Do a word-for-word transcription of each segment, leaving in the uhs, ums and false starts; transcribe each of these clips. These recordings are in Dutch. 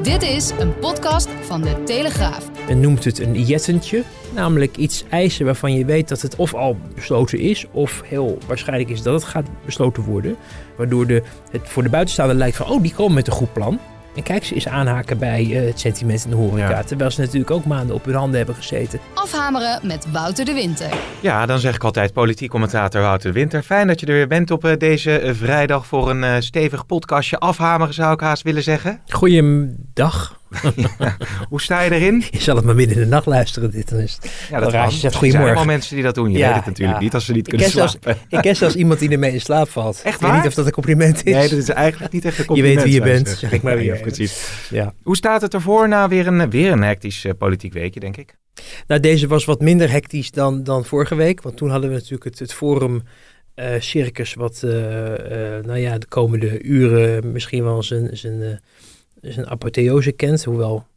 Dit is een podcast van De Telegraaf. Men noemt het een jettentje, namelijk iets eisen waarvan je weet dat het of al besloten is, of heel waarschijnlijk is dat het gaat besloten worden. Waardoor de, het voor de buitenstaander lijkt van, oh, die komen met een goed plan. En kijk, ze eens aanhaken bij uh, het sentiment in de horeca. Ja. Terwijl ze natuurlijk ook maanden op hun handen hebben gezeten. Afhameren met Wouter de Winter. Ja, dan zeg ik altijd politiek commentator Wouter de Winter. Fijn dat je er weer bent op uh, deze uh, vrijdag voor een uh, stevig podcastje. Afhameren zou ik haast willen zeggen. Goeiedag. Ja. Hoe sta je erin? Je zal het maar midden in de nacht luisteren. Dit dan is ja, dat raar. Je zegt, er zijn allemaal mensen die dat doen. Je ja, weet het natuurlijk ja. niet als ze niet ik kunnen slapen. Zelfs, ik ken zelfs iemand die ermee in slaap valt. Echt waar? Ik weet niet of dat een compliment is. Nee, dat is eigenlijk niet echt een compliment. Je weet wie je bent, zeg ik maar weer. Ja, precies. Ja. Hoe staat het ervoor na weer een, weer een hectisch uh, politiek weekje, denk ik? Nou, deze was wat minder hectisch dan, dan vorige week. Want toen hadden we natuurlijk het, het forum uh, circus wat uh, uh, nou ja, de komende uren misschien wel zijn, zijn, uh, zijn apotheose kent. Hoewel,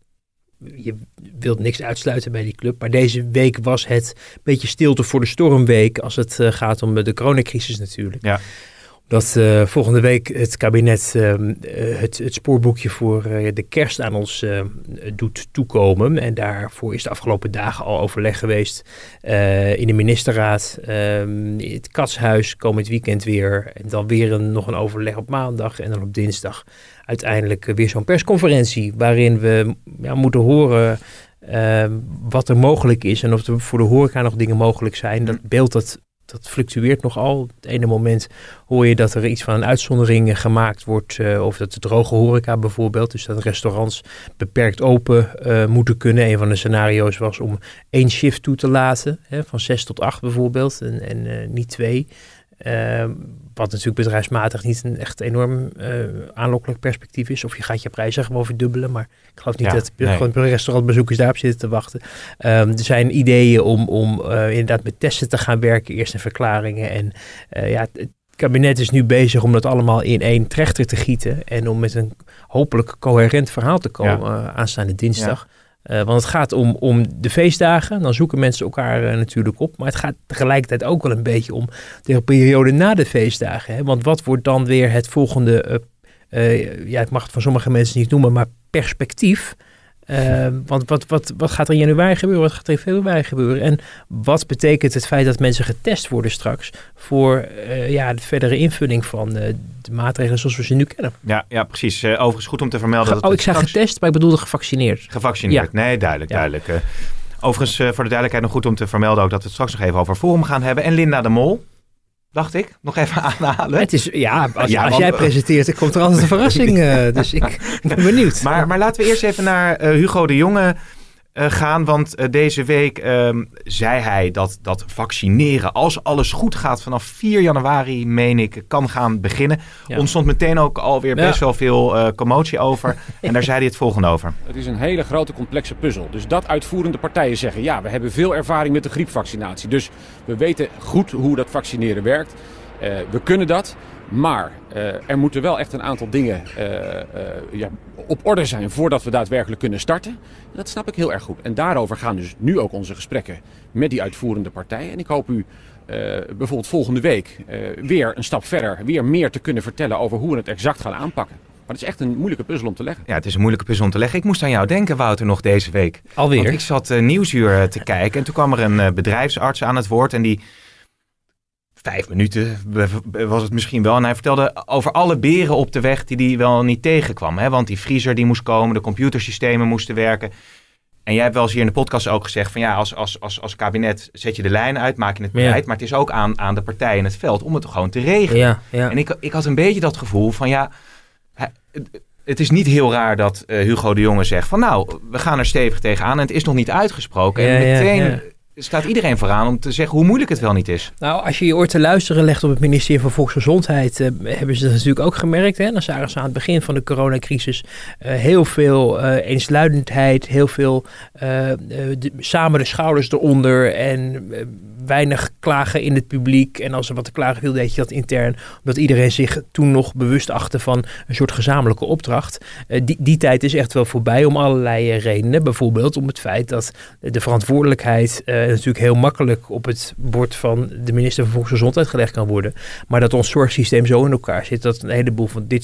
je wilt niks uitsluiten bij die club. Maar deze week was het een beetje stilte voor de stormweek als het uh, gaat om de coronacrisis natuurlijk. Ja. Dat uh, volgende week het kabinet uh, het, het spoorboekje voor uh, de kerst aan ons uh, doet toekomen. En daarvoor is de afgelopen dagen al overleg geweest uh, in de ministerraad. Uh, in het Katshuis komend weekend weer. En dan weer een, nog een overleg op maandag en dan op dinsdag uiteindelijk uh, weer zo'n persconferentie. Waarin we ja, moeten horen uh, wat er mogelijk is en of er voor de horeca nog dingen mogelijk zijn. Dat beeld dat... Dat fluctueert nogal. Het ene moment hoor je dat er iets van een uitzondering gemaakt wordt. Uh, of dat de droge horeca bijvoorbeeld. Dus dat restaurants beperkt open uh, moeten kunnen. Een van de scenario's was om één shift toe te laten. Hè, van zes tot acht bijvoorbeeld. En, en uh, niet twee. Uh, wat natuurlijk bedrijfsmatig niet een echt enorm uh, aanlokkelijk perspectief is. Of je gaat je prijzen gewoon verdubbelen. Maar ik geloof niet ja, dat nee. gewoon restaurantbezoekers daarop zitten te wachten. Um, er zijn ideeën om, om uh, inderdaad met testen te gaan werken. Eerst in verklaringen. En uh, ja, het kabinet is nu bezig om dat allemaal in één trechter te gieten. En om met een hopelijk coherent verhaal te komen ja. uh, aanstaande dinsdag. Ja. Uh, want het gaat om, om de feestdagen. Dan zoeken mensen elkaar uh, natuurlijk op. Maar het gaat tegelijkertijd ook wel een beetje om de periode na de feestdagen. Hè? Want wat wordt dan weer het volgende... Uh, uh, ja, ik mag het van sommige mensen niet noemen, maar perspectief. Uh, want wat, wat, wat gaat er in januari gebeuren? Wat gaat er in februari gebeuren? En wat betekent het feit dat mensen getest worden straks voor uh, ja, de verdere invulling van uh, de maatregelen zoals we ze nu kennen? Ja, ja precies. Uh, overigens goed om te vermelden. Ge- dat oh, ik zei straks... getest, maar ik bedoelde gevaccineerd. Gevaccineerd, ja. Nee, duidelijk, ja. duidelijk. Uh, overigens uh, voor de duidelijkheid nog goed om te vermelden ook dat we het straks nog even over Forum gaan hebben. En Linda de Mol. Dacht ik, nog even aanhalen. Het is, ja, als, ja, als want, jij presenteert, dan komt er altijd een verrassing. Uh, dus ik, ik ben benieuwd. Maar, maar laten we eerst even naar uh, Hugo de Jonge uh, gaan. Want uh, deze week uh, zei hij dat, dat vaccineren, als alles goed gaat, vanaf vier januari, meen ik, kan gaan beginnen. Ja. Ontstond meteen ook alweer best ja. wel veel uh, commotie over. En daar zei hij het volgende over. Het is een hele grote complexe puzzel. Dus dat uitvoerende partijen zeggen, ja, we hebben veel ervaring met de griepvaccinatie. Dus we weten goed hoe dat vaccineren werkt. Uh, we kunnen dat. Maar uh, er moeten wel echt een aantal dingen uh, uh, ja, op orde zijn voordat we daadwerkelijk kunnen starten. Dat snap ik heel erg goed. En daarover gaan dus nu ook onze gesprekken met die uitvoerende partijen. En ik hoop u uh, bijvoorbeeld volgende week uh, weer een stap verder, weer meer te kunnen vertellen over hoe we het exact gaan aanpakken. Maar het is echt een moeilijke puzzel om te leggen. Ja, het is een moeilijke puzzel om te leggen. Ik moest aan jou denken, Wouter, nog deze week. Alweer? Want ik zat uh, Nieuwsuur te kijken en toen kwam er een uh, bedrijfsarts aan het woord en die... Vijf minuten was het misschien wel. En hij vertelde over alle beren op de weg die hij wel niet tegenkwam. Hè? Want die vriezer die moest komen, de computersystemen moesten werken. En jij hebt wel eens hier in de podcast ook gezegd van ja, als, als, als, als kabinet zet je de lijn uit, maak je het beleid. Ja. Maar het is ook aan, aan de partijen in het veld om het gewoon te regelen. Ja, ja. En ik, ik had een beetje dat gevoel van ja, hij, het is niet heel raar dat uh, Hugo de Jonge zegt van nou, we gaan er stevig tegenaan. En het is nog niet uitgesproken. Ja, en meteen... Ja, ja. staat iedereen vooraan om te zeggen hoe moeilijk het wel niet is. Nou, als je je oor te luisteren legt op het ministerie van Volksgezondheid, uh, hebben ze dat natuurlijk ook gemerkt. Hè? Dan zagen ze aan het begin van de coronacrisis uh, heel veel uh, eensluidendheid, heel veel uh, uh, de, samen de schouders eronder en uh, weinig klagen in het publiek. En als er wat te klagen viel, deed je dat intern. Omdat iedereen zich toen nog bewust achtte van een soort gezamenlijke opdracht. Uh, die, die tijd is echt wel voorbij om allerlei uh, redenen. Bijvoorbeeld om het feit dat de verantwoordelijkheid uh, natuurlijk heel makkelijk op het bord van de minister van Volksgezondheid gelegd kan worden. Maar dat ons zorgsysteem zo in elkaar zit dat een heleboel van dit soort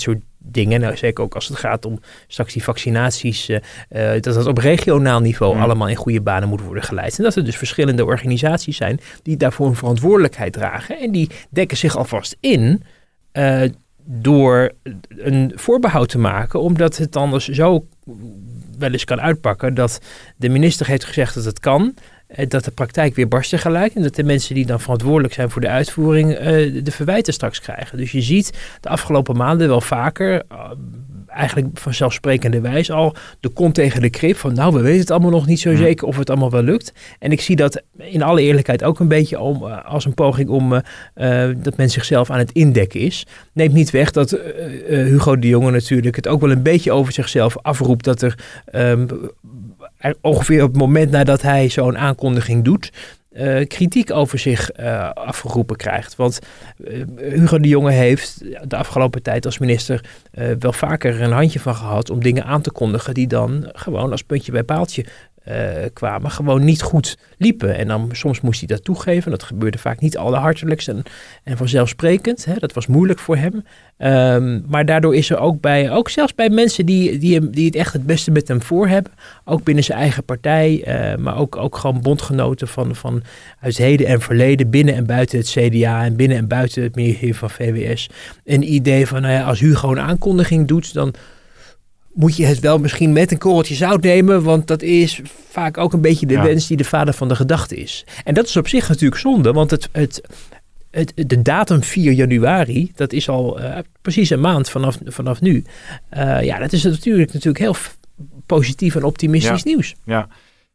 dingen, nou, zeker ook als het gaat om straks die vaccinaties, uh, uh, dat dat op regionaal niveau mm. allemaal in goede banen moet worden geleid. En dat er dus verschillende organisaties zijn die daarvoor een verantwoordelijkheid dragen. En die dekken zich alvast in uh, door een voorbehoud te maken, omdat het anders zo wel eens kan uitpakken dat de minister heeft gezegd dat het kan, dat de praktijk weer barst tegelijk en dat de mensen die dan verantwoordelijk zijn voor de uitvoering uh, de verwijten straks krijgen. Dus je ziet de afgelopen maanden wel vaker, uh, eigenlijk vanzelfsprekende wijze al, de kont tegen de krip van nou, we weten het allemaal nog niet zo zeker of het allemaal wel lukt. En ik zie dat in alle eerlijkheid ook een beetje om, uh, als een poging om uh, uh, dat men zichzelf aan het indekken is. Neemt niet weg dat uh, uh, Hugo de Jonge natuurlijk het ook wel een beetje over zichzelf afroept dat er um, ongeveer op het moment nadat hij zo'n aankondiging doet, uh, kritiek over zich uh, afgeroepen krijgt. Want uh, Hugo de Jonge heeft de afgelopen tijd als minister uh, wel vaker een handje van gehad om dingen aan te kondigen die dan gewoon als puntje bij paaltje uh, kwamen, gewoon niet goed liepen. En dan soms moest hij dat toegeven. Dat gebeurde vaak niet allerhartelijkst en, en vanzelfsprekend. Hè? Dat was moeilijk voor hem. Um, maar daardoor is er ook bij, ook zelfs bij mensen die, die, hem, die het echt het beste met hem voor hebben, ook binnen zijn eigen partij, uh, maar ook, ook gewoon bondgenoten van, van uit heden en verleden, binnen en buiten het C D A en binnen en buiten het ministerie van V W S, een idee van, nou ja, als Hugo een aankondiging doet, dan moet je het wel misschien met een korreltje zout nemen, want dat is vaak ook een beetje de ja. wens die de vader van de gedachte is. En dat is op zich natuurlijk zonde, want het, het, het, de datum vier januari, dat is al uh, precies een maand vanaf, vanaf nu. Uh, ja, dat is natuurlijk, natuurlijk heel f- positief en optimistisch ja. nieuws. Ja.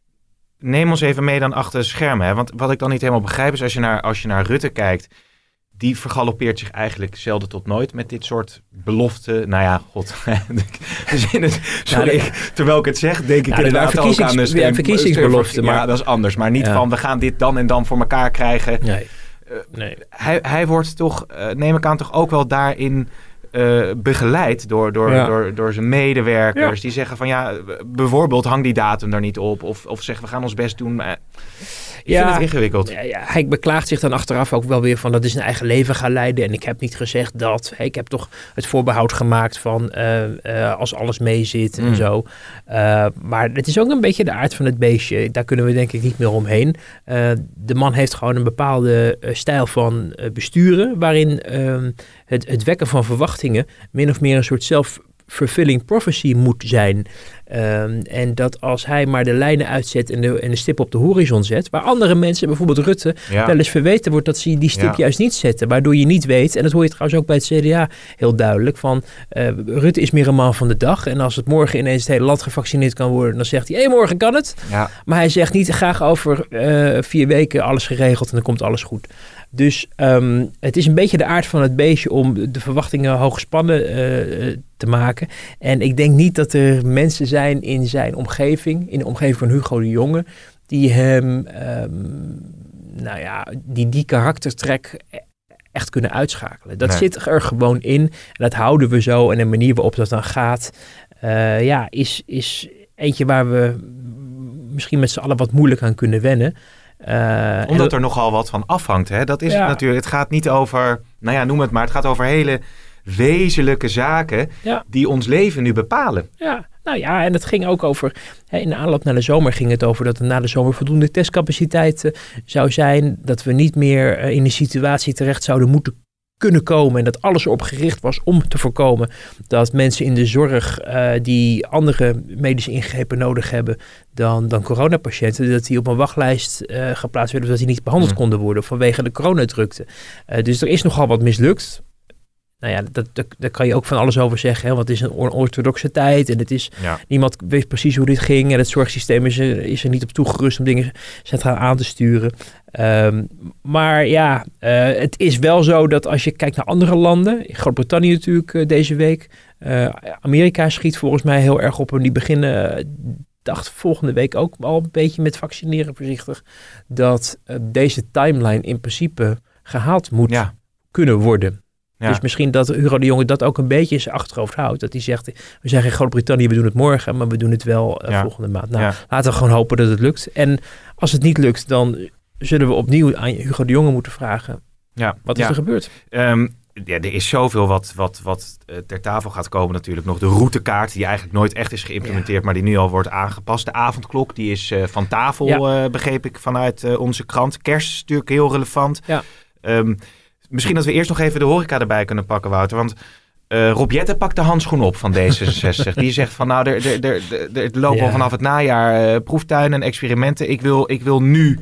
Neem ons even mee dan achter de schermen. Hè? Want wat ik dan niet helemaal begrijp is als je naar, als je naar Rutte kijkt, die vergalopeert zich eigenlijk zelden tot nooit met dit soort beloften. Nou ja, god. dus in het, sorry, ja, ik, terwijl ik het zeg, denk ik ja, inderdaad ook aan de steun, ja, verkiezingsbeloften. Maar ja, dat is anders. Maar niet ja. van, we gaan dit dan en dan voor elkaar krijgen. Nee. Uh, nee. Hij, hij wordt toch, uh, neem ik aan, toch ook wel daarin uh, begeleid door, door, ja. door, door zijn medewerkers. Ja. Die zeggen van ja, bijvoorbeeld hang die datum daar niet op. Of, of zeggen we gaan ons best doen. Maar ik ja, vind het ingewikkeld. Ja, ja, hij beklaagt zich dan achteraf ook wel weer van dat hij zijn eigen leven gaat leiden. En ik heb niet gezegd dat. Hey, ik heb toch het voorbehoud gemaakt van uh, uh, als alles meezit mm. en zo. Uh, maar het is ook een beetje de aard van het beestje. Daar kunnen we denk ik niet meer omheen. Uh, de man heeft gewoon een bepaalde uh, stijl van uh, besturen. Waarin uh, het, het wekken van verwachtingen min of meer een soort self-fulfilling prophecy moet zijn. Um, en dat als hij maar de lijnen uitzet en de, en de stip op de horizon zet, waar andere mensen, bijvoorbeeld Rutte, ja. wel eens verweten wordt dat ze die stip ja. juist niet zetten. Waardoor je niet weet, en dat hoor je trouwens ook bij het C D A heel duidelijk, van uh, Rutte is meer een man van de dag. En als het morgen ineens het hele land gevaccineerd kan worden, dan zegt hij, hé, hey, morgen kan het. Ja. Maar hij zegt niet, graag over uh, vier weken alles geregeld en dan komt alles goed. Dus um, het is een beetje de aard van het beestje om de verwachtingen hoog gespannen uh, te maken. En ik denk niet dat er mensen zijn in zijn omgeving, in de omgeving van Hugo de Jonge, die hem, um, nou ja, die die karaktertrek echt kunnen uitschakelen. Dat nee. zit er gewoon in. En dat houden we zo. En de manier waarop dat dan gaat, uh, ja, is, is eentje waar we misschien met z'n allen wat moeilijk aan kunnen wennen. Uh, Omdat er nogal wat van afhangt. Hè? Dat is ja. het natuurlijk. Het gaat niet over, nou ja, noem het maar. Het gaat over hele wezenlijke zaken ja. die ons leven nu bepalen. Ja, nou ja, en het ging ook over, hè, in de aanloop naar de zomer ging het over dat er na de zomer voldoende testcapaciteit uh, zou zijn. Dat we niet meer uh, in een situatie terecht zouden moeten kunnen komen en dat alles erop gericht was om te voorkomen dat mensen in de zorg uh, die andere medische ingrepen nodig hebben dan, dan coronapatiënten, dat die op een wachtlijst uh, geplaatst werden, zodat die niet behandeld mm. konden worden vanwege de coronadrukte. Uh, dus er is nogal wat mislukt. Nou ja, dat, dat, daar kan je ook van alles over zeggen, hè, want het is een orthodoxe tijd en het is, ja. niemand weet precies hoe dit ging en het zorgsysteem is er, is er niet op toegerust om dingen centraal aan te sturen. Um, maar ja, uh, het is wel zo dat als je kijkt naar andere landen, Groot-Brittannië natuurlijk uh, deze week, uh, Amerika schiet volgens mij heel erg op en die beginnen, uh, dacht volgende week ook al een beetje met vaccineren voorzichtig, dat uh, deze timeline in principe gehaald moet ja. kunnen worden. Ja. Dus misschien dat Hugo de Jonge dat ook een beetje in zijn achterhoofd houdt. Dat hij zegt, we zijn geen Groot-Brittannië, we doen het morgen, maar we doen het wel uh, ja. volgende maand. Nou, ja. laten we gewoon hopen dat het lukt. En als het niet lukt, dan zullen we opnieuw aan Hugo de Jonge moeten vragen. Ja. Wat is ja. er gebeurd? Um, ja, er is zoveel wat, wat, wat ter tafel gaat komen natuurlijk nog. De routekaart die eigenlijk nooit echt is geïmplementeerd, ja. maar die nu al wordt aangepast. De avondklok, die is uh, van tafel, ja. uh, begreep ik vanuit uh, onze krant. Kerst is natuurlijk heel relevant. Ja. Um, misschien dat we eerst nog even de horeca erbij kunnen pakken, Wouter. Want uh, Rob Jetten pakt de handschoen op van D zesenzestig. Die zegt van nou, er, er, er, er, er lopen ja. al vanaf het najaar uh, proeftuinen en experimenten. Ik wil, ik wil nu...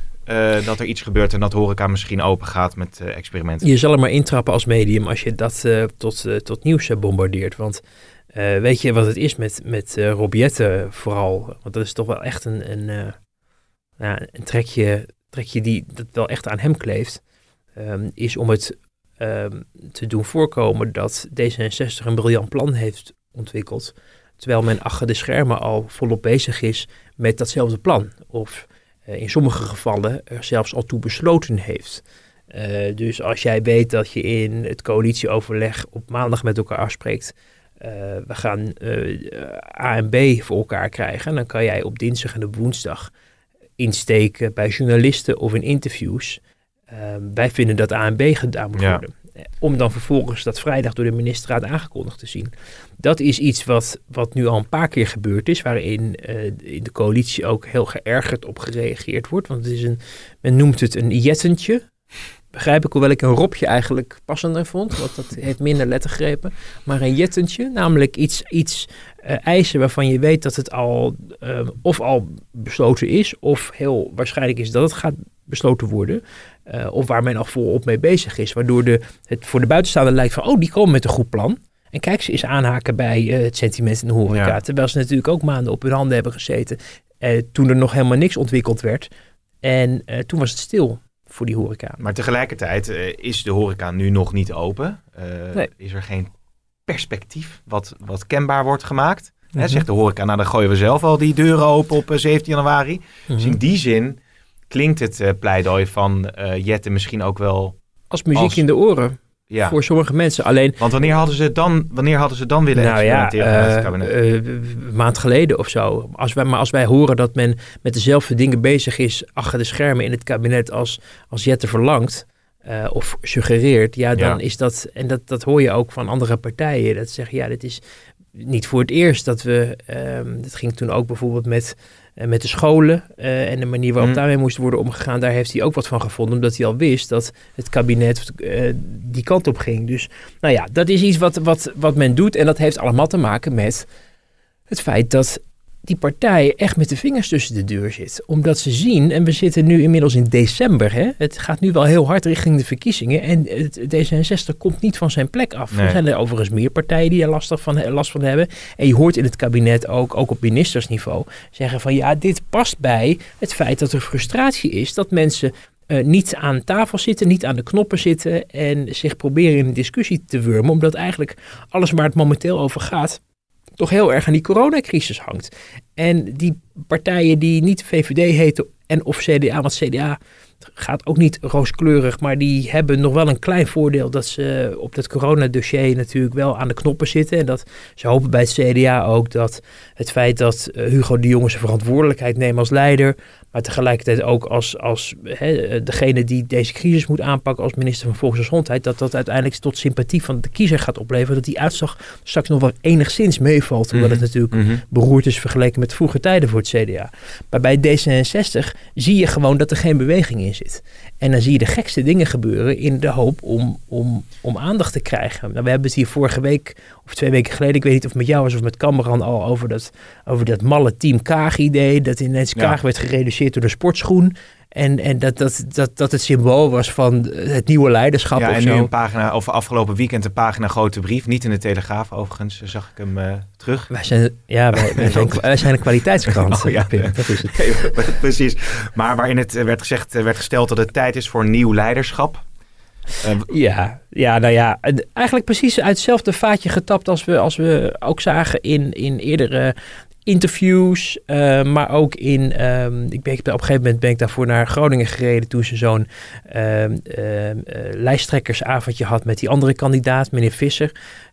Uh, dat er iets gebeurt en dat horeca misschien open gaat met uh, experimenten. Je zal er maar intrappen als medium als je dat uh, tot, uh, tot nieuws uh, bombardeert. Want uh, weet je wat het is met, met uh, Rob Jetten vooral? Want dat is toch wel echt een, een, uh, nou, een trekje, trekje die dat wel echt aan hem kleeft. Um, is om het um, te doen voorkomen dat D zesenzestig een briljant plan heeft ontwikkeld. Terwijl men achter de schermen al volop bezig is met datzelfde plan. Of in sommige gevallen er zelfs al toe besloten heeft. Uh, dus als jij weet dat je in het coalitieoverleg op maandag met elkaar afspreekt, uh, we gaan uh, A en B voor elkaar krijgen, dan kan jij op dinsdag en op woensdag insteken bij journalisten of in interviews. Uh, wij vinden dat A en B gedaan moet ja. worden. Om dan vervolgens dat vrijdag door de ministerraad aangekondigd te zien. Dat is iets wat, wat nu al een paar keer gebeurd is, waarin uh, in de coalitie ook heel geërgerd op gereageerd wordt. Want het is een, men noemt het een jettentje. Begrijp ik, hoewel ik een Robje eigenlijk passender vond, want dat heeft minder lettergrepen. Maar een jettentje, namelijk iets, iets uh, eisen waarvan je weet dat het al uh, of al besloten is, of heel waarschijnlijk is dat het gaat besloten worden. Uh, of waar men al volop mee bezig is. Waardoor de, het voor de buitenstaander lijkt van, oh, die komen met een goed plan. En kijk, ze eens aanhaken bij uh, het sentiment in de horeca. Ja. Terwijl ze natuurlijk ook maanden op hun handen hebben gezeten. Uh, toen er nog helemaal niks ontwikkeld werd. En uh, toen was het stil voor die horeca. Maar tegelijkertijd uh, is de horeca nu nog niet open. Uh, nee. Is er geen perspectief wat, wat kenbaar wordt gemaakt. Mm-hmm. Hè, zegt de horeca, nou dan gooien we zelf al die deuren open op uh, zeventien januari. Mm-hmm. Dus in die zin klinkt het uh, pleidooi van uh, Jetten misschien ook wel als muziek als, in de oren. Ja. Voor sommige mensen. Alleen, want wanneer hadden ze dan, wanneer hadden ze dan willen nou experimenteren ja, met het kabinet? Uh, een maand geleden of zo. Als wij, maar als wij horen dat men met dezelfde dingen bezig is achter de schermen in het kabinet als, als Jetten verlangt uh, of suggereert, ja, dan ja. is dat, en dat, dat hoor je ook van andere partijen, dat zeggen, ja, dit is niet voor het eerst dat we, um, dat ging toen ook bijvoorbeeld met met de scholen uh, en de manier waarop mm. daarmee moest worden omgegaan, daar heeft hij ook wat van gevonden, omdat hij al wist dat het kabinet uh, die kant op ging. Dus nou ja, dat is iets wat, wat, wat men doet en dat heeft allemaal te maken met het feit dat die partij echt met de vingers tussen de deur zit. Omdat ze zien, en we zitten nu inmiddels in december, hè, het gaat nu wel heel hard richting de verkiezingen en het, D zesenzestig komt niet van zijn plek af. Nee. Er zijn er overigens meer partijen die er last van, last van hebben. En je hoort in het kabinet ook, ook op ministersniveau, zeggen van ja, dit past bij het feit dat er frustratie is, dat mensen Uh, niet aan tafel zitten, niet aan de knoppen zitten en zich proberen in een discussie te wurmen, omdat eigenlijk alles waar het momenteel over gaat toch heel erg aan die coronacrisis hangt. En die partijen die niet V V D heten en of C D A, want C D A gaat ook niet rooskleurig, maar die hebben nog wel een klein voordeel dat ze op dat coronadossier natuurlijk wel aan de knoppen zitten. En dat ze hopen bij het C D A ook dat het feit dat uh, Hugo de Jonge zijn verantwoordelijkheid neemt als leider, maar tegelijkertijd ook als, als he, degene die deze crisis moet aanpakken als minister van Volksgezondheid, dat dat uiteindelijk tot sympathie van de kiezer gaat opleveren. Dat die uitslag straks nog wel enigszins meevalt, hoewel mm-hmm. het natuurlijk mm-hmm. beroerd is vergeleken met vroege tijden voor het C D A. Maar bij D zesenzestig zie je gewoon dat er geen beweging in zit. En dan zie je de gekste dingen gebeuren in de hoop om, om, om aandacht te krijgen. Nou, we hebben het hier vorige week of twee weken geleden, ik weet niet of het met jou was of met Cameron al over dat, over dat malle Team Kaag-idee, dat ineens Kaag ja. werd gereduceerd door de sportschoen. En, en dat, dat, dat, dat het symbool was van het nieuwe leiderschap ja, of en zo. nu een pagina, of afgelopen weekend een pagina grote brief. Niet in de Telegraaf overigens, zag ik hem uh, terug. Wij zijn, ja, wij, wij, zijn, wij zijn een kwaliteitskrant. Oh, ja. Pim, dat is het. Precies. Maar waarin het werd gezegd, werd gesteld dat het tijd is voor nieuw leiderschap. Uh, ja, ja, nou ja, eigenlijk precies uit hetzelfde vaatje getapt als we, als we ook zagen in, in eerdere interviews, uh, maar ook in, um, ik ben, op een gegeven moment ben ik daarvoor naar Groningen gereden toen ze zo'n uh, uh, uh, lijsttrekkersavondje had met die andere kandidaat, meneer Visser.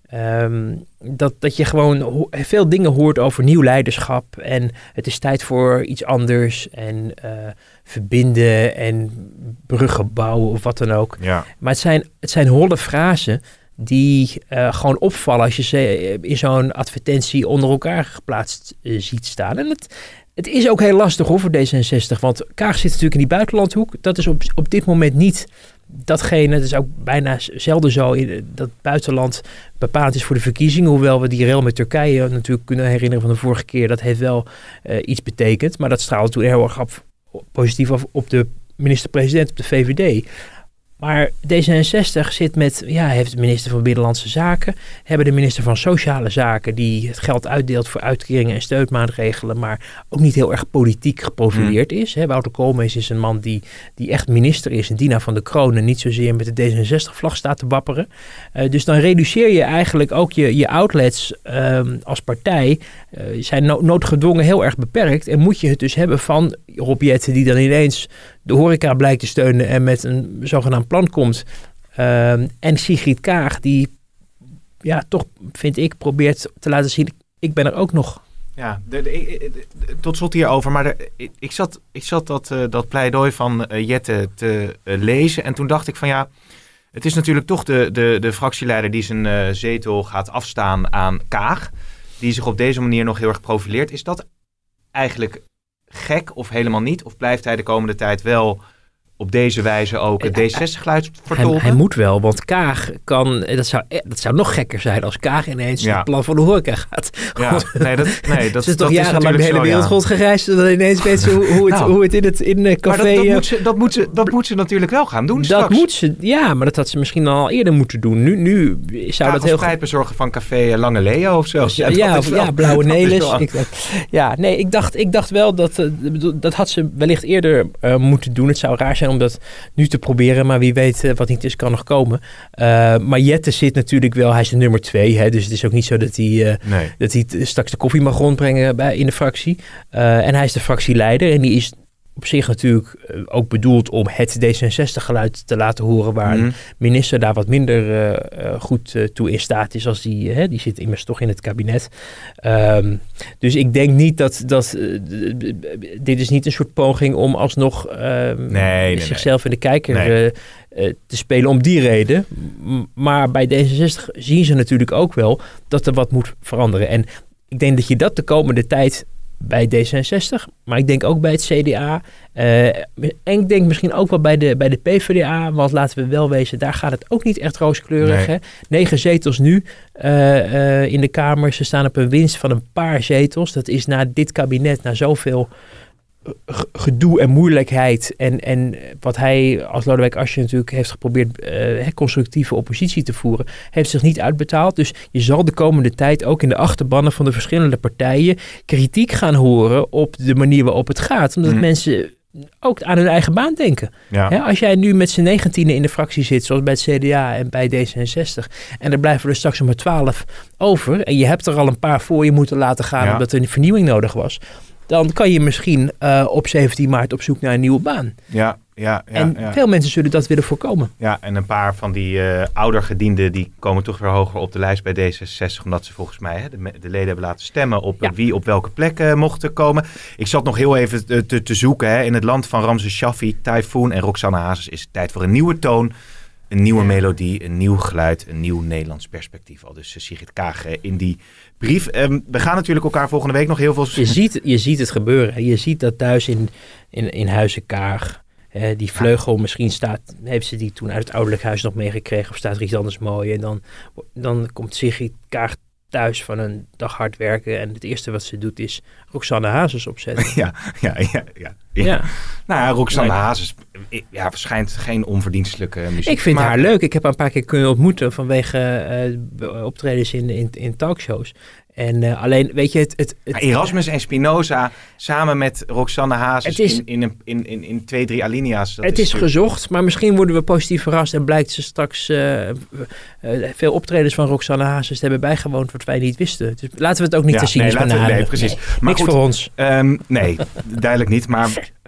Um, dat, dat je gewoon ho- veel dingen hoort over nieuw leiderschap. En het is tijd voor iets anders. En uh, verbinden en bruggen bouwen of wat dan ook. Ja. Maar het zijn, het zijn holle frasen die uh, gewoon opvallen als je ze in zo'n advertentie onder elkaar geplaatst uh, ziet staan. En het, het is ook heel lastig hoor voor D zesenzestig. Want Kaag zit natuurlijk in die buitenlandhoek. Dat is op, op dit moment niet datgene. Het is ook bijna zelden zo in dat buitenland bepaald is voor de verkiezingen. Hoewel we die rel met Turkije natuurlijk kunnen herinneren van de vorige keer. Dat heeft wel uh, iets betekend. Maar dat straalde toen heel erg af, positief af op de minister-president, op de V V D. Maar D zesenzestig zit met, ja, heeft de minister van Binnenlandse Zaken, hebben de minister van Sociale Zaken die het geld uitdeelt voor uitkeringen en steunmaatregelen, maar ook niet heel erg politiek geprofileerd mm. is. Hè. Wouter Koolmees is een man die, die echt minister is, een dienaar van de kroon en niet zozeer met de D zesenzestig-vlag staat te wapperen. Uh, dus dan reduceer je eigenlijk ook je, je outlets um, als partij, uh, zijn no- noodgedwongen heel erg beperkt en moet je het dus hebben van Rob Jetten die dan ineens de horeca blijkt te steunen en met een zogenaamd plan komt. Uh, en Sigrid Kaag, die ja, toch, vind ik, probeert te laten zien, ik ben er ook nog. Ja, de, de, de, de, tot slot hierover, maar de, ik, ik zat, ik zat dat, uh, dat pleidooi van uh, Jette te uh, lezen en toen dacht ik van ja, het is natuurlijk toch de, de, de fractieleider die zijn uh, zetel gaat afstaan aan Kaag, die zich op deze manier nog heel erg profileert. Is dat eigenlijk gek of helemaal niet? Of blijft hij de komende tijd wel op deze wijze ook het D zesenzestig-geluid vertolken? Hij, hij moet wel, want Kaag kan, dat zou, dat zou nog gekker zijn als Kaag ineens ja. het plan van de horeca gaat. Ja, nee, dat, nee, dat, Ze is toch dat jarenlang is de hele zo, wereld ja. rondgereisd en dan ineens weet ze hoe, hoe, het, nou, hoe het in het in een café... Maar dat, dat, moet ze, dat, moet ze, dat moet ze natuurlijk wel gaan doen dat straks. Moet ze, ja, maar dat had ze misschien al eerder moeten doen. Nu, nu zou Kaag dat heel... spreidbezorger van café Lange Leo of zo. Ja, ja, of, ja Blauwe Nelis. Ik, ja, nee, ik dacht, ik dacht wel dat... Uh, dat had ze wellicht eerder uh, moeten doen. Het zou raar zijn om dat nu te proberen, maar wie weet uh, wat niet is, kan nog komen. Uh, maar Jette zit natuurlijk wel, hij is de nummer twee, hè, dus het is ook niet zo dat hij, uh, nee. dat hij t- straks de koffie mag rondbrengen bij, in de fractie. Uh, en hij is de fractieleider en die is op zich natuurlijk uh, ook bedoeld om het D zesenzestig-geluid te laten horen, waar mm-hmm. een minister daar wat minder uh, uh, goed uh, toe in staat is als die, uh, die zit immers toch in het kabinet. Um, dus ik denk niet dat, dat uh, d- d- d- dit is niet een soort poging om alsnog uh, nee, nee, zichzelf nee. in de kijker nee. uh, uh, te spelen om die reden. M- maar bij D zesenzestig zien ze natuurlijk ook wel dat er wat moet veranderen. En ik denk dat je dat de komende tijd bij D zesenzestig, maar ik denk ook bij het C D A. Uh, en ik denk misschien ook wel bij de, bij de P V D A, want laten we wel wezen, daar gaat het ook niet echt rooskleurig. Nee. Hè? Negen zetels nu uh, uh, in de Kamer. Ze staan op een winst van een paar zetels. Dat is na dit kabinet, na zoveel gedoe en moeilijkheid en, en wat hij als Lodewijk Asscher natuurlijk heeft geprobeerd uh, constructieve oppositie te voeren, heeft zich niet uitbetaald. Dus je zal de komende tijd ook in de achterbannen van de verschillende partijen kritiek gaan horen op de manier waarop het gaat. Omdat mm. mensen ook aan hun eigen baan denken. Ja. He, als jij nu met z'n negentienen in de fractie zit, zoals bij het C D A en bij D zesenzestig, en er blijven er straks nog maar twaalf over, en je hebt er al een paar voor je moeten laten gaan, ja. omdat er een vernieuwing nodig was, dan kan je misschien uh, op zeventien maart op zoek naar een nieuwe baan. Ja, ja, ja. En ja. veel mensen zullen dat willen voorkomen. Ja, en een paar van die uh, oudergedienden die komen toch weer hoger op de lijst bij D zesenzestig, omdat ze volgens mij hè, de, de leden hebben laten stemmen op ja. wie op welke plek uh, mochten komen. Ik zat nog heel even te, te, te zoeken. Hè. In het land van Ramses Shaffi, Typhoon en Roxanne Hazes is het tijd voor een nieuwe toon, een nieuwe ja. melodie, een nieuw geluid, een nieuw Nederlands perspectief. Al dus uh, Sigrid Kaag uh, in die brief. Um, we gaan natuurlijk elkaar volgende week nog heel veel... Je ziet, je ziet het gebeuren. Je ziet dat thuis in, in, in Huizen Kaag, eh, die vleugel, ja. misschien staat, heeft ze die toen uit het ouderlijk huis nog meegekregen of staat er iets anders mooi. En dan, dan komt Sigrid Kaag thuis van een dag hard werken en het eerste wat ze doet is Roxanne Hazes opzetten. Ja, ja, ja. ja. ja. ja. Nou ja, Roxanne nee. Hazes ja, waarschijnlijk geen onverdienstelijke muziek. Ik vind maar... haar leuk. Ik heb haar een paar keer kunnen ontmoeten vanwege uh, optredens in, in, in talkshows. En uh, alleen, weet je, het... het, het Erasmus en Spinoza samen met Roxanne Hazes is, in, in, in, in, in twee, drie alinea's. Dat het is, is gezocht, maar misschien worden we positief verrast en blijkt ze straks uh, uh, veel optredens van Roxanne Hazes te hebben bijgewoond wat wij niet wisten. Dus laten we het ook niet ja, te zien. Nee, laten we, nee, precies. Nee, maar niks goed, voor ons. Um, nee, duidelijk niet, maar...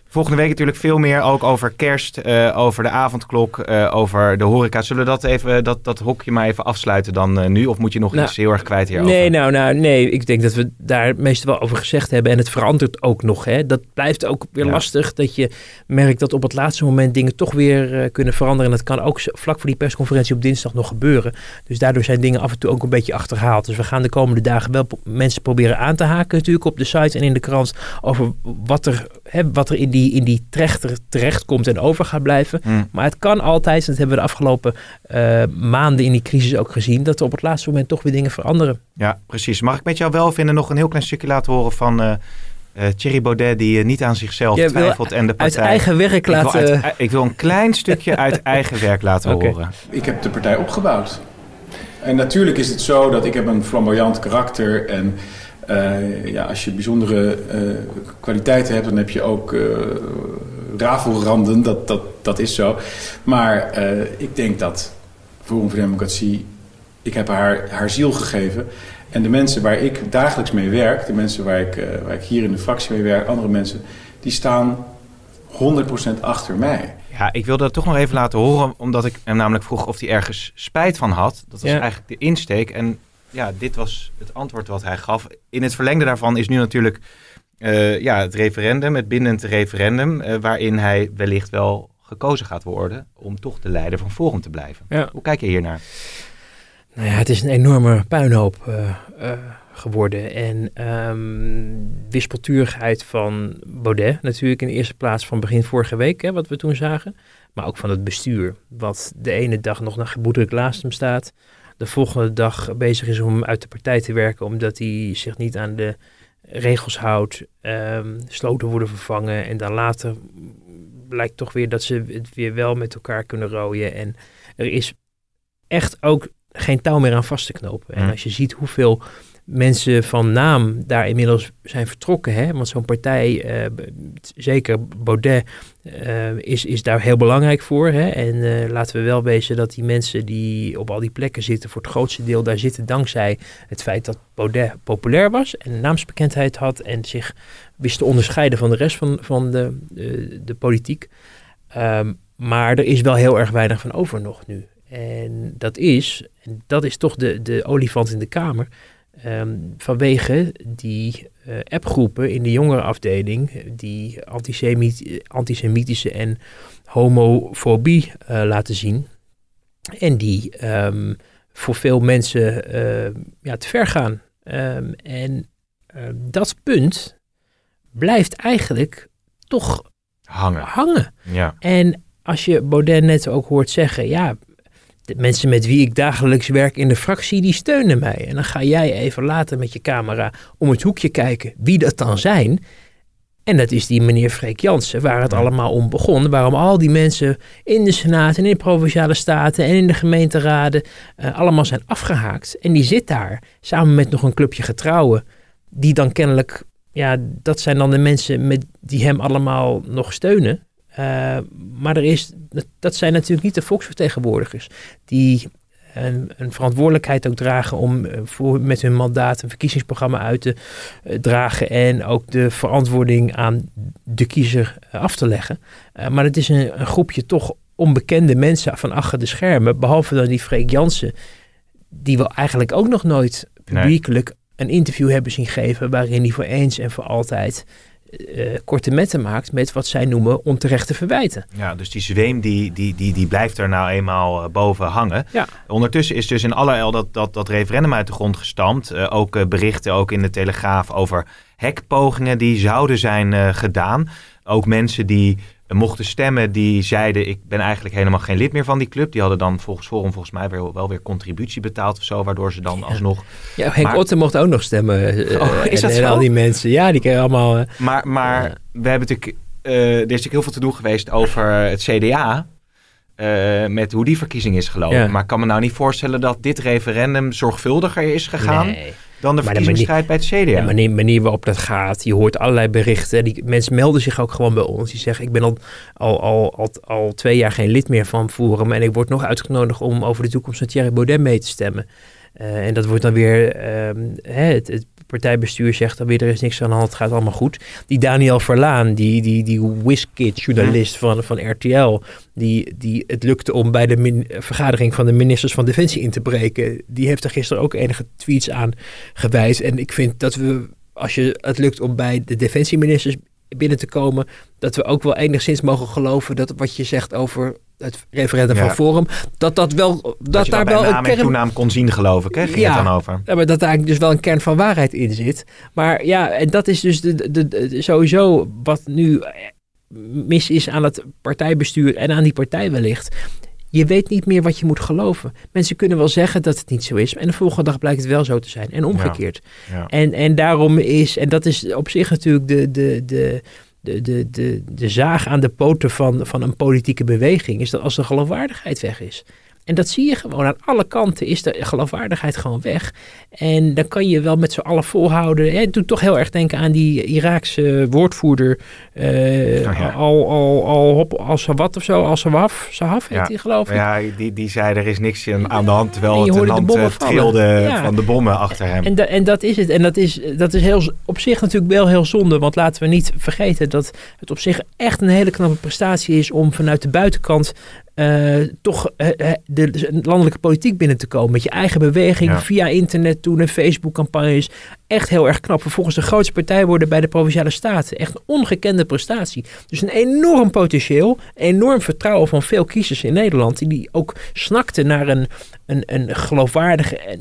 Volgende week natuurlijk veel meer ook over kerst, uh, over de avondklok, uh, over de horeca. Zullen we dat, even, dat, dat hokje maar even afsluiten dan uh, nu? Of moet je nog nou, iets heel erg kwijt hierover? Nee, nou, nou, nee, ik denk dat we daar meestal wel over gezegd hebben. En het verandert ook nog. Hè. Dat blijft ook weer ja. lastig. Dat je merkt dat op het laatste moment dingen toch weer uh, kunnen veranderen. En dat kan ook vlak voor die persconferentie op dinsdag nog gebeuren. Dus daardoor zijn dingen af en toe ook een beetje achterhaald. Dus we gaan de komende dagen wel po- mensen proberen aan te haken natuurlijk op de site en in de krant over wat er, hè, wat er in die, in die trechter terecht komt en over gaat blijven. Mm. Maar het kan altijd, en dat hebben we de afgelopen uh, maanden in die crisis ook gezien, dat er op het laatste moment toch weer dingen veranderen. Ja, precies. Mag ik met jou wel vinden nog een heel klein stukje laten horen van uh, uh, Thierry Baudet die uh, niet aan zichzelf ja, twijfelt en de partij... Uit eigen werk laten... Ik wil, uit, ik wil een klein stukje uit eigen werk laten okay. horen. Ik heb de partij opgebouwd. En natuurlijk is het zo dat ik heb een flamboyant karakter en uh, ja, als je bijzondere uh, kwaliteiten hebt, dan heb je ook uh, rafelranden, dat, dat, dat is zo. Maar uh, ik denk dat Forum voor Democratie, ik heb haar, haar ziel gegeven. En de mensen waar ik dagelijks mee werk, de mensen waar ik, uh, waar ik hier in de fractie mee werk, andere mensen, die staan honderd procent achter mij. Ja, ik wilde dat toch nog even laten horen, omdat ik hem namelijk vroeg of hij ergens spijt van had. Dat was ja. eigenlijk de insteek. En ja, dit was het antwoord wat hij gaf. In het verlengde daarvan is nu natuurlijk uh, ja, het referendum, het bindend referendum, uh, waarin hij wellicht wel gekozen gaat worden om toch de leider van Forum te blijven. Ja. Hoe kijk je hiernaar? Nou ja, het is een enorme puinhoop uh, uh, geworden. En um, wispelturigheid van Baudet natuurlijk in de eerste plaats van begin vorige week, hè, wat we toen zagen. Maar ook van het bestuur, wat de ene dag nog naar gemoedelijk naast hem staat. De volgende dag bezig is om uit de partij te werken, omdat hij zich niet aan de regels houdt. Um, sloten worden vervangen en dan later blijkt toch weer dat ze het weer wel met elkaar kunnen rooien. En er is echt ook geen touw meer aan vast te knopen. En als je ziet hoeveel mensen van naam daar inmiddels zijn vertrokken, hè, want zo'n partij, uh, zeker Baudet, uh, is, is daar heel belangrijk voor. Hè, en uh, laten we wel wezen dat die mensen die op al die plekken zitten, voor het grootste deel daar zitten dankzij het feit dat Baudet populair was en naamsbekendheid had en zich wist te onderscheiden van de rest van, van de, de, de politiek. Um, maar er is wel heel erg weinig van over nog nu. En dat is, en dat is toch de, de olifant in de kamer, um, vanwege die uh, appgroepen in de jongerenafdeling die antisemit, antisemitische en homofobie uh, laten zien. En die um, voor veel mensen uh, ja, te ver gaan. Um, en uh, dat punt blijft eigenlijk toch hangen. hangen. Ja. En als je Baudet net ook hoort zeggen, ja, de mensen met wie ik dagelijks werk in de fractie, die steunen mij. En dan ga jij even later met je camera om het hoekje kijken wie dat dan zijn. En dat is die meneer Freek Jansen, waar het allemaal om begon. Waarom al die mensen in de Senaat en in de Provinciale Staten en in de gemeenteraden uh, allemaal zijn afgehaakt. En die zit daar samen met nog een clubje getrouwen, die dan kennelijk, ja, dat zijn dan de mensen met, die hem allemaal nog steunen. Uh, maar er is, dat zijn natuurlijk niet de volksvertegenwoordigers die een, een verantwoordelijkheid ook dragen om uh, voor, met hun mandaat een verkiezingsprogramma uit te uh, dragen en ook de verantwoording aan de kiezer uh, af te leggen. Uh, maar het is een, een groepje toch onbekende mensen van achter de schermen, behalve dan die Freek Jansen, die we eigenlijk ook nog nooit publiekelijk nee. een interview hebben zien geven waarin hij voor eens en voor altijd Uh, korte metten maakt met wat zij noemen onterechte verwijten. Ja, dus die zweem die, die, die, die blijft er nou eenmaal uh, boven hangen. Ja. Ondertussen is dus in allerijl dat, dat, dat referendum uit de grond gestampt. Uh, ook uh, berichten ook in de Telegraaf over hekpogingen die zouden zijn uh, gedaan. Ook mensen die uh, mochten stemmen die zeiden, ik ben eigenlijk helemaal geen lid meer van die club. Die hadden dan volgens Forum volgens mij weer, wel weer contributie betaald of zo, waardoor ze dan ja. alsnog... Ja, Henk maar... Otte mocht ook nog stemmen. Uh, oh, is en, dat en zo? al die mensen, ja, die kregen allemaal... Uh, maar maar uh, we hebben natuurlijk, uh, er is natuurlijk heel veel te doen geweest over het C D A. Uh, met hoe die verkiezing is gelopen. Ja. Maar ik kan me nou niet voorstellen dat dit referendum zorgvuldiger is gegaan... Nee. dan de verkiezingsstrijd bij het C D A. De manier, manier waarop dat gaat, je hoort allerlei berichten. Die mensen melden zich ook gewoon bij ons. Die zeggen, ik ben al, al, al, al, al twee jaar geen lid meer van Forum en ik word nog uitgenodigd om over de toekomst van Thierry Baudet mee te stemmen. Uh, en dat wordt dan weer um, het, het partijbestuur zegt dan weer er is niks aan de hand, het gaat allemaal goed. Die Daniel Verlaan, die, die, die whiskit-journalist van, van R T L, die, die het lukte om bij de min, vergadering van de ministers van Defensie in te breken, die heeft er gisteren ook enige tweets aan gewijd. En ik vind dat we, als je het lukt om bij de defensieministers binnen te komen, dat we ook wel enigszins mogen geloven dat wat je zegt over het referendum ja. van Forum, dat dat wel dat, dat daar dat wel een kern en toenaam kon zien, geloof ik, hè? Ging ja, het dan over? Ja, maar dat daar eigenlijk dus wel een kern van waarheid in zit. Maar ja, en dat is dus de, de, de, sowieso wat nu mis is aan het partijbestuur en aan die partij wellicht. Je weet niet meer wat je moet geloven. Mensen kunnen wel zeggen dat het niet zo is, en de volgende dag blijkt het wel zo te zijn. En omgekeerd. Ja. Ja. En, en daarom is, en dat is op zich natuurlijk de, de, de, de, de, de, de zaag aan de poten van, van een politieke beweging, is dat als de geloofwaardigheid weg is. En dat zie je gewoon. Aan alle kanten is de geloofwaardigheid gewoon weg. En dan kan je wel met z'n allen volhouden. Het doet toch heel erg denken aan die Iraakse woordvoerder. Uh, oh ja. Al, al, al, al Sawat of zo. Al Sawaf. Sahaf heet ja. die, geloof ik. Ja, die, die zei er is niks aan de hand. Terwijl het het land uh, trilde ja. van de bommen achter hem. En, da, en dat is het. En dat is, dat is heel, op zich natuurlijk wel heel zonde. Want laten we niet vergeten dat het op zich echt een hele knappe prestatie is om vanuit de buitenkant Uh, toch uh, de landelijke politiek binnen te komen. Met je eigen beweging ja. via internet doen en Facebook-campagnes. Echt heel erg knap. Vervolgens de grootste partij worden bij de Provinciale Staten. Echt een ongekende prestatie. Dus een enorm potentieel. Enorm vertrouwen van veel kiezers in Nederland. Die, die ook snakten naar een, een, een geloofwaardige en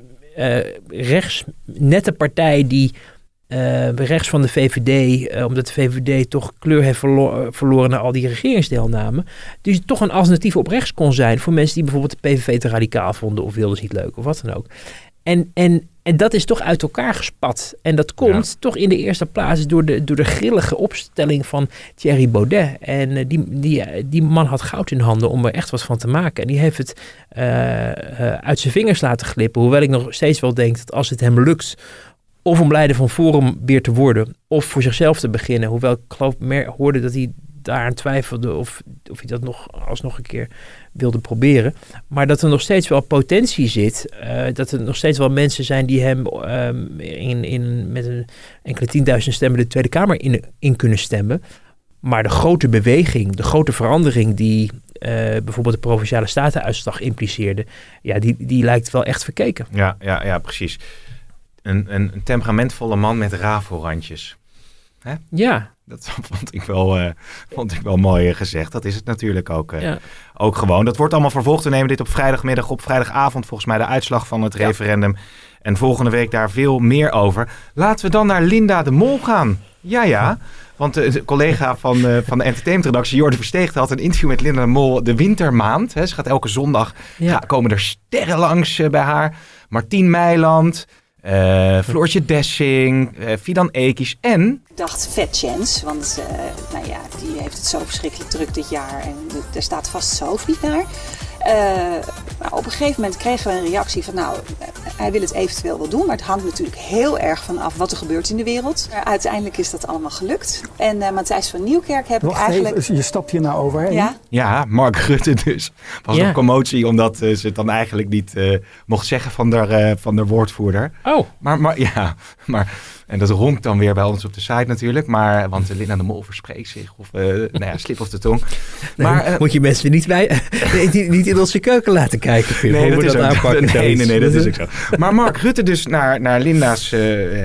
uh, rechts nette partij die Uh, rechts van de V V D, uh, omdat de V V D toch kleur heeft verlo- verloren na al die regeringsdeelnamen. Dus toch een alternatief op rechts kon zijn voor mensen die bijvoorbeeld de P V V te radicaal vonden of Wilders niet leuk of wat dan ook. En, en, en dat is toch uit elkaar gespat. En dat komt ja. toch in de eerste plaats door de, door de grillige opstelling van Thierry Baudet. En uh, die, die, die man had goud in handen om er echt wat van te maken. En die heeft het uh, uh, uit zijn vingers laten glippen. Hoewel ik nog steeds wel denk dat als het hem lukt of om leider van Forum weer te worden, of voor zichzelf te beginnen. Hoewel ik geloof, meer hoorde dat hij daaraan twijfelde of, of hij dat nog alsnog een keer wilde proberen. Maar dat er nog steeds wel potentie zit. Uh, dat er nog steeds wel mensen zijn die hem um, in, in, met een enkele tienduizend stemmen de Tweede Kamer in, in kunnen stemmen. Maar de grote beweging, de grote verandering die uh, bijvoorbeeld de Provinciale Statenuitslag impliceerde, ja, die, die lijkt wel echt verkeken. Ja, ja, ja, precies. Een, een, een temperamentvolle man met rafelrandjes. Hè? Ja. Dat vond ik wel, uh, vond ik wel mooi gezegd. Dat is het natuurlijk ook, uh, ja. ook gewoon. Dat wordt allemaal vervolgd. We nemen dit op vrijdagmiddag, op vrijdagavond volgens mij de uitslag van het ja. referendum. En volgende week daar veel meer over. Laten we dan naar Linda de Mol gaan. Ja, ja. Want de, de collega van, uh, van de entertainmentredactie, Jordi Versteegde, had een interview met Linda de Mol de wintermaand. Hè. Ze gaat elke zondag, ja. Ja, komen er sterren langs uh, bij haar. Martien Meiland, Uh, Floortje Dessing, uh, Fidan Ekies en... Ik dacht vet chance, want uh, nou ja, die heeft het zo verschrikkelijk druk dit jaar en d- er staat vast Sophie naar. Uh, maar op een gegeven moment kregen we een reactie van nou, hij wil het eventueel wel doen, maar het hangt natuurlijk heel erg van af wat er gebeurt in de wereld. Maar uiteindelijk is dat allemaal gelukt. En uh, Matthijs van Nieuwkerk heb Wacht ik eigenlijk... Even, je stapt hier nou overheen. Ja, ja Mark Rutte dus. Was ja. een commotie omdat uh, ze het dan eigenlijk niet uh, mocht zeggen van de, uh, van de woordvoerder. Oh. Maar, maar ja, maar... En dat ronkt dan weer bij ons op de site natuurlijk. Maar, want Linda de Mol verspreekt zich. Of, uh, nou ja, slip of de tong. Nee, maar, uh, moet je mensen niet, bij, niet, niet in onze keuken laten kijken. Pim, nee, dat, dat, dat is ook, nee, nee, nee, nee, dat is ook zo. Maar Mark Rutte dus naar, naar Linda's uh,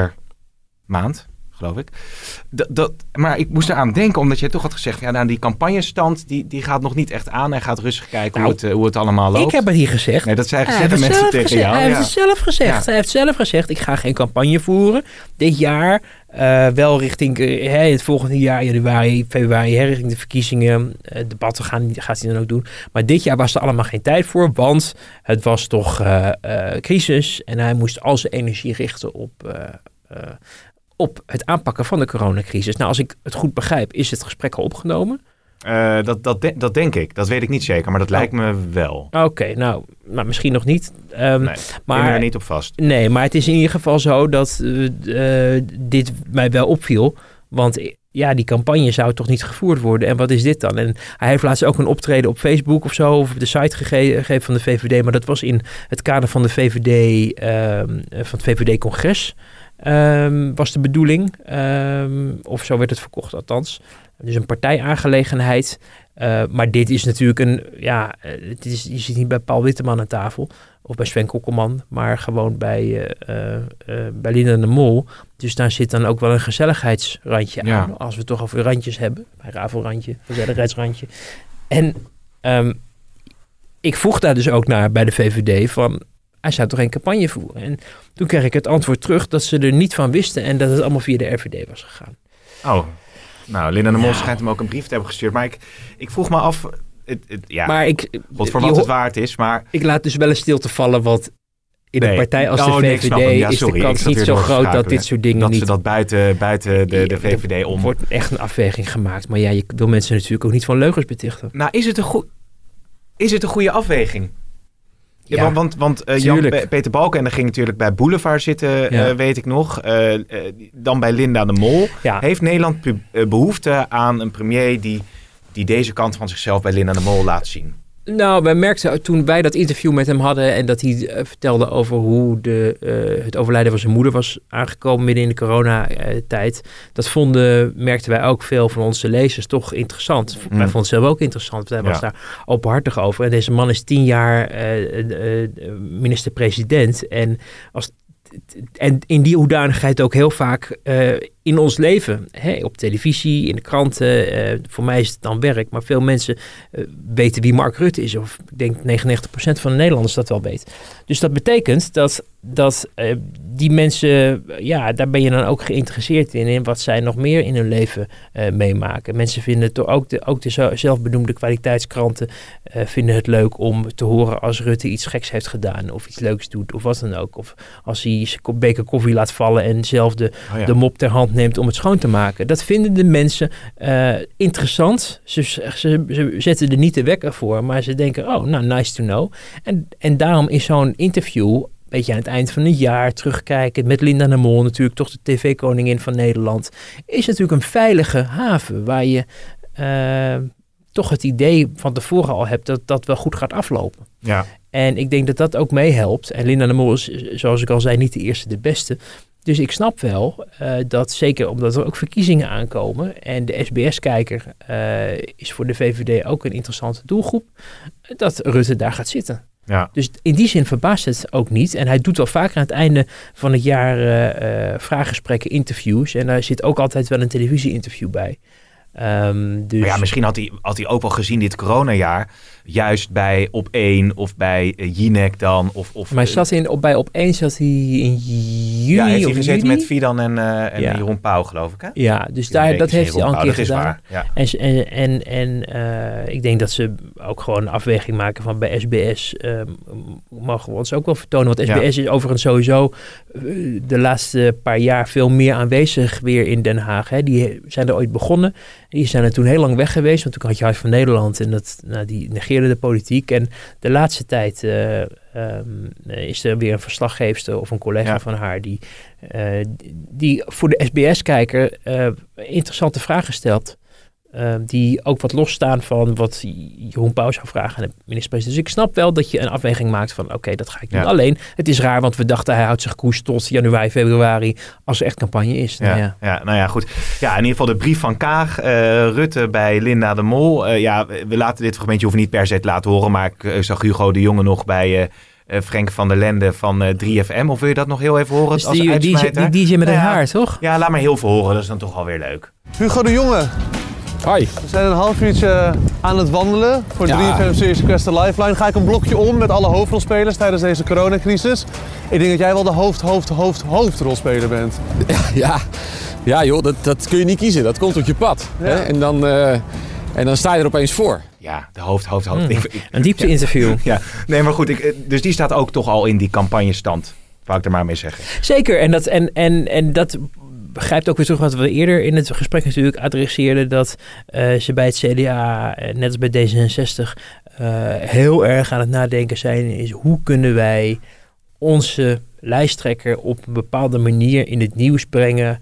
wintermaand, geloof ik. Dat, dat, maar ik moest eraan denken, omdat je toch had gezegd, ja, nou, die campagnestand, die, die gaat nog niet echt aan. Hij gaat rustig kijken nou, hoe, het, hoe het allemaal loopt. Ik heb het hier gezegd. Nee, dat zei hij gezegd mensen tegen gezegd, jou. Hij ja. heeft het zelf gezegd. Ja. Hij heeft zelf gezegd, ik ga geen campagne voeren. Dit jaar, uh, wel richting uh, het volgende jaar, januari, februari, hè, richting de verkiezingen. Uh, debatten gaan, gaat hij dan ook doen. Maar dit jaar was er allemaal geen tijd voor, want het was toch uh, uh, crisis. En hij moest al zijn energie richten op... Uh, uh, op het aanpakken van de coronacrisis. Nou, als ik het goed begrijp, is het gesprek al opgenomen? Uh, dat, dat, de, dat denk ik. Dat weet ik niet zeker, maar dat oh. lijkt me wel. Oké, okay, nou, maar misschien nog niet. Um, nee, maar ik ben er niet op vast. Nee, maar het is in ieder geval zo dat uh, uh, dit mij wel opviel. Want ja, die campagne zou toch niet gevoerd worden. En wat is dit dan? En hij heeft laatst ook een optreden op Facebook of zo, of op de site gegeven van de V V D. Maar dat was in het kader van de V V D, um, van het V V D-congres. Um, was de bedoeling. Um, of zo werd het verkocht, althans. Dus een partijaangelegenheid. Uh, maar dit is natuurlijk een... Ja, het is, je zit niet bij Paul Witteman aan tafel. Of bij Sven Kokkelman. Maar gewoon bij, uh, uh, bij Linda de Mol. Dus daar zit dan ook wel een gezelligheidsrandje ja. aan. Als we het toch over randjes hebben. Bij rafelrandje, gezelligheidsrandje. En um, ik vroeg daar dus ook naar bij de V V D van... Hij zou toch geen campagne voeren? En toen kreeg ik het antwoord terug dat ze er niet van wisten... en dat het allemaal via de R V D was gegaan. Oh, nou, Linda de Mol ja. schijnt hem ook een brief te hebben gestuurd. Maar ik, ik vroeg me af... Het, het, ja, maar ik, wat voor wat het waard is, maar... Ik laat dus wel een stilte vallen, want in nee. een partij als oh, de V V D nee, ja, is sorry, de kans niet zo groot dat dit soort dingen dat niet... Dat ze dat buiten, buiten de, de V V D om... Er wordt echt een afweging gemaakt, maar ja, je wil mensen natuurlijk ook niet van leugens betichten. Nou, is het een, go- is het een goede afweging? Ja, ja, want want, want uh, Jan P- Peter Balkenende ging natuurlijk bij Boulevard zitten, ja. uh, weet ik nog. Uh, uh, dan bij Linda de Mol. Ja. Heeft Nederland pu- uh, behoefte aan een premier die, die deze kant van zichzelf bij Linda de Mol laat zien? Nou, wij merkten toen wij dat interview met hem hadden... en dat hij uh, vertelde over hoe de, uh, het overlijden van zijn moeder was aangekomen... midden in de coronatijd. Dat vonden, merkten wij ook veel van onze lezers toch interessant. Mm. Wij vonden het zelf ook interessant, want hij was ja. daar openhartig over. En deze man is tien jaar uh, uh, minister-president. En, als, en in die hoedanigheid ook heel vaak... Uh, in ons leven, hè, op televisie, in de kranten. Uh, voor mij is het dan werk, maar veel mensen uh, weten wie Mark Rutte is. Of ik denk negenennegentig procent van de Nederlanders dat wel weet. Dus dat betekent dat, dat uh, die mensen, ja, daar ben je dan ook geïnteresseerd in, in wat zij nog meer in hun leven uh, meemaken. Mensen vinden toch ook de, ook de zelfbenoemde kwaliteitskranten uh, vinden het leuk om te horen als Rutte iets geks heeft gedaan of iets leuks doet of wat dan ook. Of als hij zijn beker koffie laat vallen en zelf de, oh ja. de mop ter hand neemt om het schoon te maken. Dat vinden de mensen uh, interessant. Ze, ze, ze zetten er niet de wekker voor, maar ze denken, oh, nou, nice to know. En, en daarom is zo'n interview, een beetje aan het eind van het jaar, terugkijken met Linda de Mol, natuurlijk toch de tv-koningin van Nederland, is natuurlijk een veilige haven waar je uh, toch het idee van tevoren al hebt dat dat wel goed gaat aflopen. Ja. En ik denk dat dat ook meehelpt. En Linda de Mol is, zoals ik al zei, niet de eerste, de beste. Dus ik snap wel uh, dat, zeker omdat er ook verkiezingen aankomen... en de S B S-kijker uh, is voor de V V D ook een interessante doelgroep... dat Rutte daar gaat zitten. Ja. Dus in die zin verbaast het ook niet. En hij doet wel vaker aan het einde van het jaar uh, uh, vraaggesprekken, interviews... en daar zit ook altijd wel een televisie-interview bij. Um, dus... Maar ja, misschien had hij, had hij ook wel gezien dit coronajaar... juist bij Op één of bij uh, Jinek dan. Of, of, maar zat in, op, bij Op één zat hij in juni Ja, heeft hij gezeten juli? met Fidan en, uh, en ja. Jeroen Pauw, geloof ik, hè? Ja, dus daar, nee, dat heeft hij al een keer dat gedaan. Is waar, ja. En, en, en, en uh, ik denk dat ze ook gewoon een afweging maken van bij S B S... Uh, mogen we ons ook wel vertonen. Want S B S ja. is overigens sowieso uh, de laatste paar jaar veel meer aanwezig weer in Den Haag. Hè. Die zijn er ooit begonnen. Die zijn er toen heel lang weg geweest. Want toen had je Hart van Nederland en dat, nou, die negeerde de politiek. En de laatste tijd uh, um, is er weer een verslaggeefster of een collega ja. van haar... die, uh, die voor de S B S-kijker uh, interessante vragen stelt... Uh, die ook wat losstaan van wat Jeroen Pauw zou vragen aan de minister-president. Dus ik snap wel dat je een afweging maakt van... oké, okay, dat ga ik doen. Ja. Alleen, het is raar, want we dachten... hij houdt zich koers tot januari, februari... als er echt campagne is. Ja, nou ja. ja, nou ja, goed. Ja, in ieder geval de brief van Kaag. Uh, Rutte bij Linda de Mol. Uh, ja, we laten dit fragmentje hoeven niet per se te laten horen... maar ik uh, zag Hugo de Jonge nog bij... Uh, Uh, Frank van der Lende van uh, drie F M. Of wil je dat nog heel even horen? Dus als die, die, die, die D J met nou een ja, haar, toch? Ja, laat maar heel veel horen. Dat is dan toch alweer leuk. Hugo de Jonge. Hoi. We zijn een half uurtje aan het wandelen voor ja. drie F M Series Quest the Lifeline. Ga ik een blokje om met alle hoofdrolspelers tijdens deze coronacrisis. Ik denk dat jij wel de hoofd, hoofd, hoofd, hoofdrolspeler bent. Ja, ja. ja joh, dat, dat kun je niet kiezen. Dat komt op je pad. Ja. Hè? En, dan, uh, en dan sta je er opeens voor. Ja, de hoofd, hoofd, hoofd. Mm, ik, ik, een diepte-interview. Ja, ja, nee, maar goed. Ik, dus die staat ook toch al in die campagnestand. Wou ik er maar mee zeggen. Zeker. En dat, en, en, en dat begrijpt ook weer terug wat we eerder in het gesprek natuurlijk adresseerden. Dat uh, ze bij het C D A, net als bij D zesenzestig, uh, heel erg aan het nadenken zijn. Is hoe kunnen wij onze lijsttrekker op een bepaalde manier in het nieuws brengen.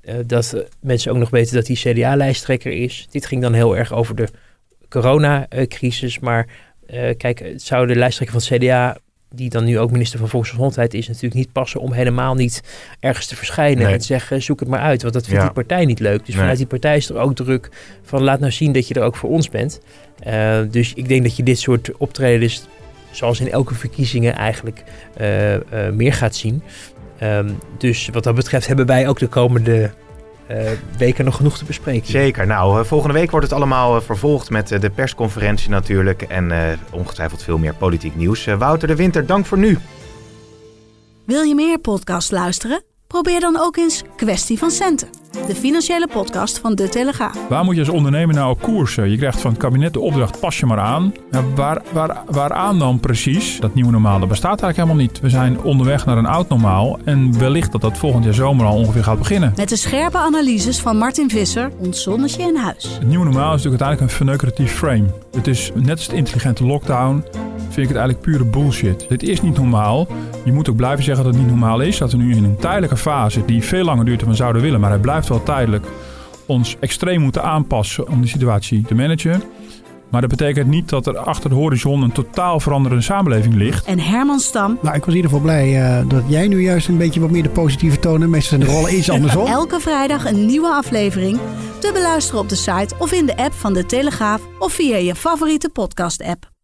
Uh, dat uh, mensen ook nog weten dat hij C D A-lijsttrekker is. Dit ging dan heel erg over de coronacrisis. Maar uh, kijk, het zou de lijsttrekker van het C D A, die dan nu ook minister van Volksgezondheid is, natuurlijk niet passen om helemaal niet ergens te verschijnen nee. en te zeggen, zoek het maar uit. Want dat vindt ja. die partij niet leuk. Dus nee. vanuit die partij is er ook druk van, laat nou zien dat je er ook voor ons bent. Uh, dus ik denk dat je dit soort optredens, zoals in elke verkiezingen eigenlijk, uh, uh, meer gaat zien. Um, dus wat dat betreft hebben wij ook de komende uh, weken nog genoeg te bespreken. Zeker. Nou, uh, volgende week wordt het allemaal uh, vervolgd met uh, de persconferentie natuurlijk. En uh, ongetwijfeld veel meer politiek nieuws. Uh, Wouter de Winter, dank voor nu. Wil je meer podcasts luisteren? Probeer dan ook eens Kwestie van Centen. De financiële podcast van De Telegraaf. Waar moet je als ondernemer nou op koersen? Je krijgt van het kabinet de opdracht, pas je maar aan. Ja, waar, waar, waaraan dan precies? Dat nieuwe normaal, dat bestaat eigenlijk helemaal niet. We zijn onderweg naar een oud normaal. En wellicht dat dat volgend jaar zomer al ongeveer gaat beginnen. Met de scherpe analyses van Martin Visser, ons zonnetje in huis. Het nieuwe normaal is natuurlijk uiteindelijk een verneukeratief frame. Het is net als de intelligente lockdown, vind ik het eigenlijk pure bullshit. Dit is niet normaal. Je moet ook blijven zeggen dat het niet normaal is. Dat we nu in een tijdelijke fase, die veel langer duurt dan we zouden willen, maar hij blijft wel tijdelijk, ons extreem moeten aanpassen om de situatie te managen. Maar dat betekent niet dat er achter de horizon een totaal veranderende samenleving ligt. En Herman Stam. Nou, ik was in ieder geval blij uh, dat jij nu juist een beetje wat meer de positieve toon en meestal zijn de rollen iets andersom. Elke vrijdag een nieuwe aflevering te beluisteren op de site of in de app van De Telegraaf of via je favoriete podcast-app.